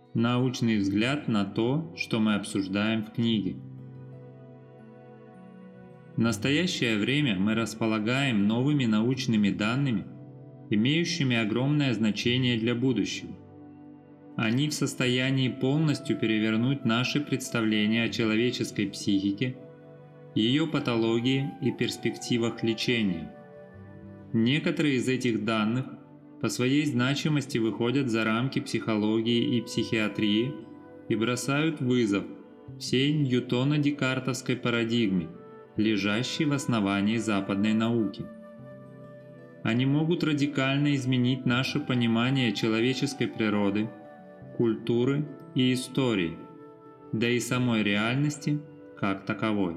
Научный взгляд на то, что мы обсуждаем в книге. В настоящее время мы располагаем новыми научными данными, имеющими огромное значение для будущего. Они в состоянии полностью перевернуть наши представления о человеческой психике, ее патологии и перспективах лечения. Некоторые из этих данных по своей значимости выходят за рамки психологии и психиатрии и бросают вызов всей ньютоно-декартовской парадигме, лежащей в основании западной науки. Они могут радикально изменить наше понимание человеческой природы, культуры и истории, да и самой реальности как таковой.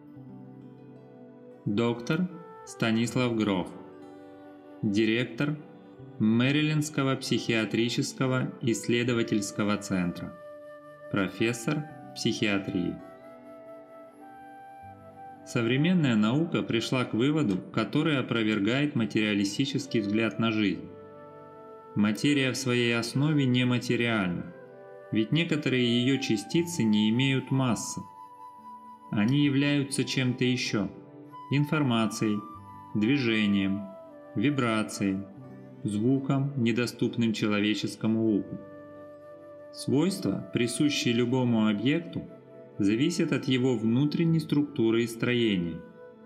Доктор Станислав Гроф, директор Мэрилендского психиатрического исследовательского центра, профессор психиатрии. Современная наука пришла к выводу, который опровергает материалистический взгляд на жизнь. Материя в своей основе нематериальна, ведь некоторые ее частицы не имеют массы. Они являются чем-то еще – информацией, движением, вибрацией, звуком, недоступным человеческому уху. Свойства, присущие любому объекту, зависят от его внутренней структуры и строения.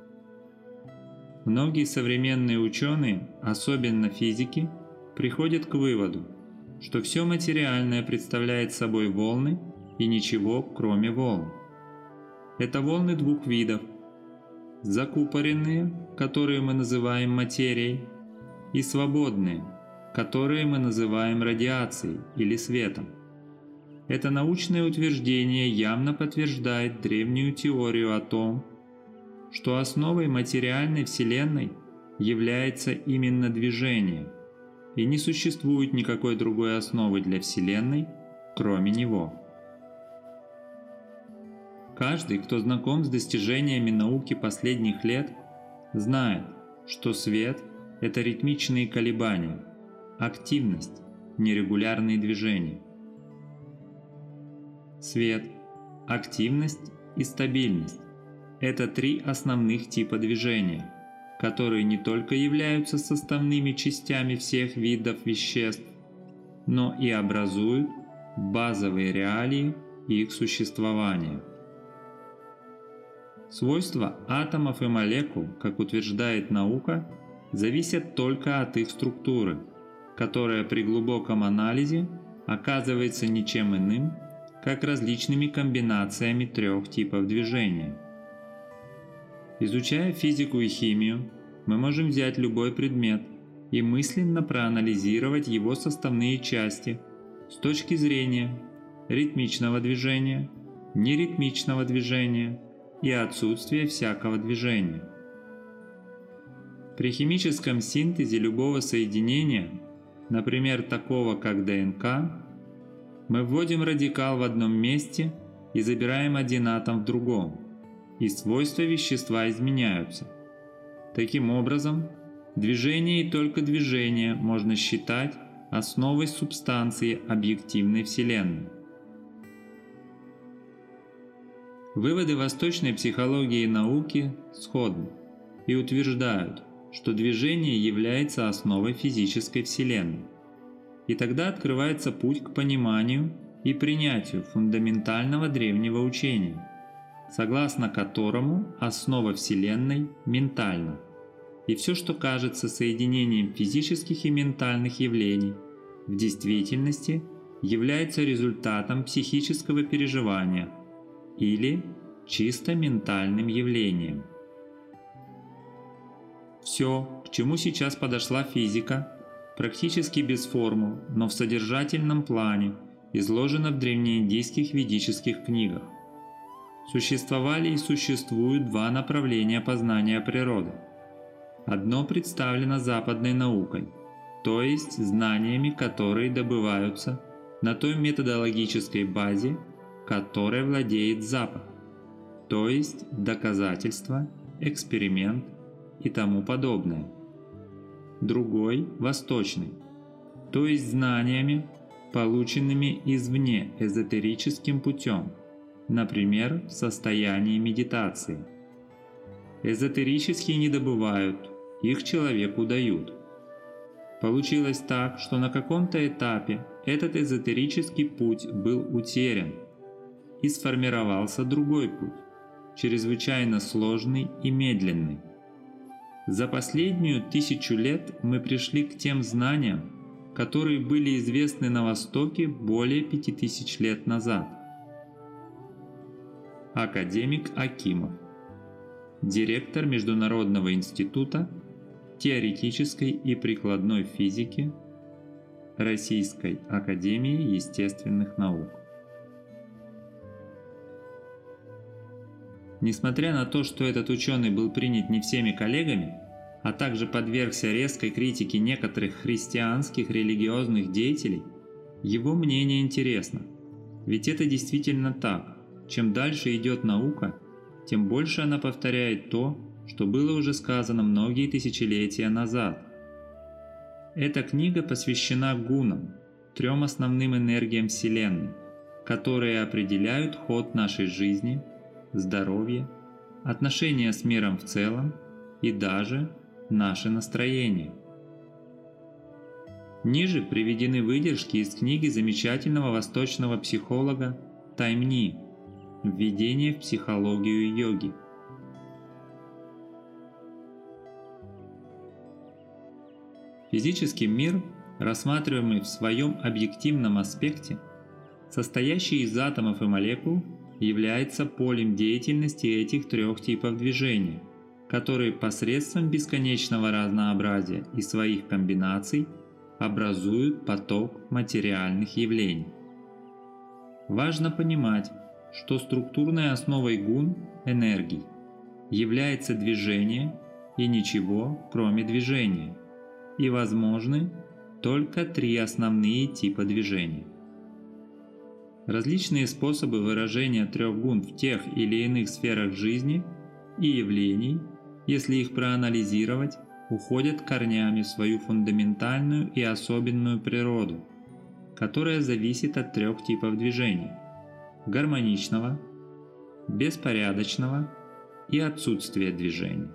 Многие современные ученые, особенно физики, приходят к выводу, что все материальное представляет собой волны и ничего, кроме волн. Это волны двух видов – закупоренные, которые мы называем материей, и свободные, которые мы называем радиацией или светом. Это научное утверждение явно подтверждает древнюю теорию о том, что основой материальной Вселенной является именно движение, и не существует никакой другой основы для Вселенной, кроме него. Каждый, кто знаком с достижениями науки последних лет, знает, что свет – это ритмичные колебания, активность, нерегулярные движения. Свет, активность и стабильность – это три основных типа движения, которые не только являются составными частями всех видов веществ, но и образуют базовые реалии их существования. Свойства атомов и молекул, как утверждает наука, зависят только от их структуры, которая при глубоком анализе оказывается ничем иным, как различными комбинациями трех типов движения. Изучая физику и химию, мы можем взять любой предмет и мысленно проанализировать его составные части с точки зрения ритмичного движения, неритмичного движения и отсутствия всякого движения. При химическом синтезе любого соединения, например, такого как ДНК, мы вводим радикал в одном месте и забираем один атом в другом, и свойства вещества изменяются. Таким образом, движение и только движение можно считать основой субстанции объективной Вселенной. Выводы восточной психологии и науки сходны и утверждают, что движение является основой физической Вселенной. И тогда открывается путь к пониманию и принятию фундаментального древнего учения, согласно которому основа Вселенной ментальна, и все, что кажется соединением физических и ментальных явлений, в действительности является результатом психического переживания или чисто ментальным явлением. Все, к чему сейчас подошла физика, практически без формул, но в содержательном плане, изложено в древнеиндийских ведических книгах. Существовали и существуют два направления познания природы. Одно представлено западной наукой, то есть знаниями, которые добываются на той методологической базе, которой владеет Запад, то есть доказательства, эксперимент и тому подобное. Другой – восточный, то есть знаниями, полученными извне эзотерическим путем, например, в состоянии медитации. Эзотерические не добывают, их человеку дают. Получилось так, что на каком-то этапе этот эзотерический путь был утерян, и сформировался другой путь, чрезвычайно сложный и медленный. За последнюю 1000 лет мы пришли к тем знаниям, которые были известны на Востоке более 5000 лет назад. Академик Акимов, директор Международного института теоретической и прикладной физики Российской академии естественных наук. Несмотря на то, что этот ученый был принят не всеми коллегами, а также подвергся резкой критике некоторых христианских религиозных деятелей, его мнение интересно. Ведь это действительно так. Чем дальше идет наука, тем больше она повторяет то, что было уже сказано многие тысячелетия назад. Эта книга посвящена гунам, 3 основным энергиям Вселенной, которые определяют ход нашей жизни, здоровье, отношения с миром в целом и даже наше настроение. Ниже приведены выдержки из книги замечательного восточного психолога Таймни «Введение в психологию йоги». Физический мир, рассматриваемый в своем объективном аспекте, состоящий из атомов и молекул, является полем деятельности этих 3 типов движения, которые посредством бесконечного разнообразия и своих комбинаций образуют поток материальных явлений. Важно понимать, что структурной основой гун энергий является движение и ничего, кроме движения, и возможны только 3 основные типа движения. Различные способы выражения 3 гун в тех или иных сферах жизни и явлений, если их проанализировать, уходят корнями в свою фундаментальную и особенную природу, которая зависит от 3 типов движений – гармоничного, беспорядочного и отсутствия движения.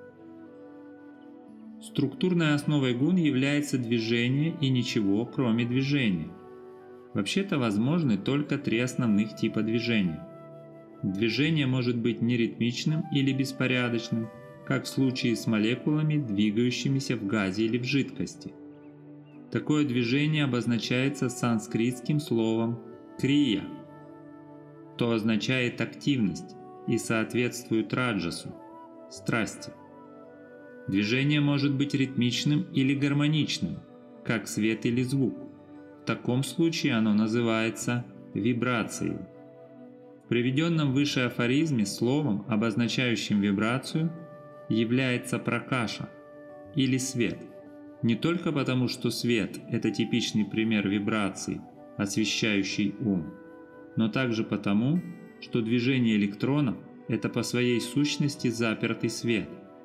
Структурной основой гун является движение и ничего, кроме движения. Вообще-то возможны только 3 основных типа движения. Движение может быть неритмичным или беспорядочным, как в случае с молекулами, двигающимися в газе или в жидкости. Такое движение обозначается санскритским словом «крия», что означает активность и соответствует раджасу – страсти. Движение может быть ритмичным или гармоничным, как свет или звук. В таком случае оно называется вибрацией. В приведенном выше афоризме словом, обозначающим вибрацию, является пракаша или свет. Не только потому, что свет – это типичный пример вибрации, освещающий ум, но также потому, что движение электронов – это по своей сущности запертый свет.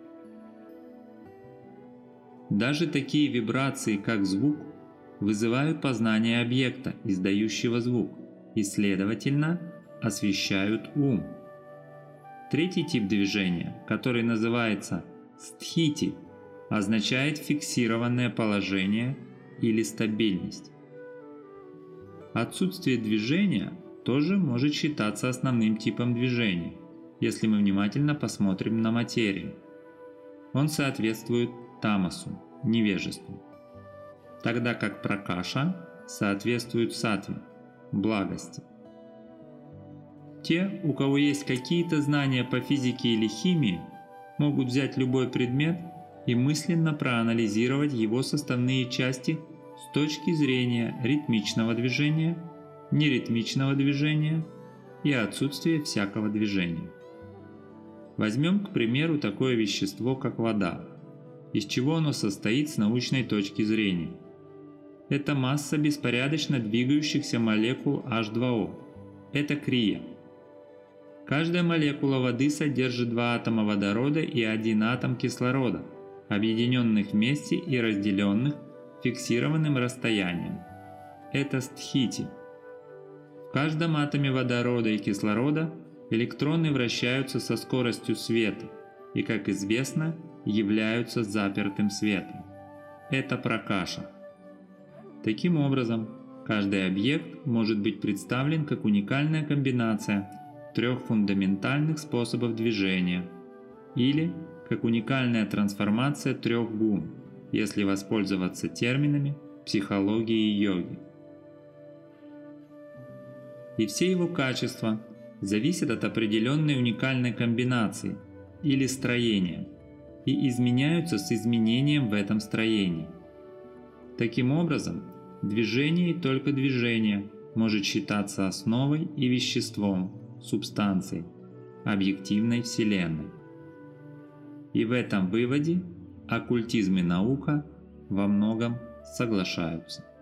Даже такие вибрации, как звук, вызывают познание объекта, издающего звук, и, следовательно, освещают ум. 3-й тип движения, который называется стхити, означает фиксированное положение или стабильность. Отсутствие движения тоже может считаться основным типом движения, если мы внимательно посмотрим на материю. Он соответствует тамасу, невежеству, тогда как пракаша соответствует саттве, благости. Те, у кого есть какие-то знания по физике или химии, могут взять любой предмет и мысленно проанализировать его составные части с точки зрения ритмичного движения, неритмичного движения и отсутствия всякого движения. Возьмем, к примеру, такое вещество, как вода. Из чего оно состоит с научной точки зрения? Это масса беспорядочно двигающихся молекул H2O. Это крия. Каждая молекула воды содержит 2 атома водорода и 1 атом кислорода, объединенных вместе и разделенных фиксированным расстоянием. это стхити. В каждом атоме водорода и кислорода электроны вращаются со скоростью света и, как известно, являются запертым светом. Это пракаша. Таким образом, каждый объект может быть представлен как уникальная комбинация трех фундаментальных способов движения или как уникальная трансформация трех гун, если воспользоваться терминами психологии и йоги. И все его качества зависят от определенной уникальной комбинации или строения и изменяются с изменением в этом строении. Таким образом, движение и только движение может считаться основой и веществом, субстанцией, объективной Вселенной. И в этом выводе оккультизм и наука во многом соглашаются.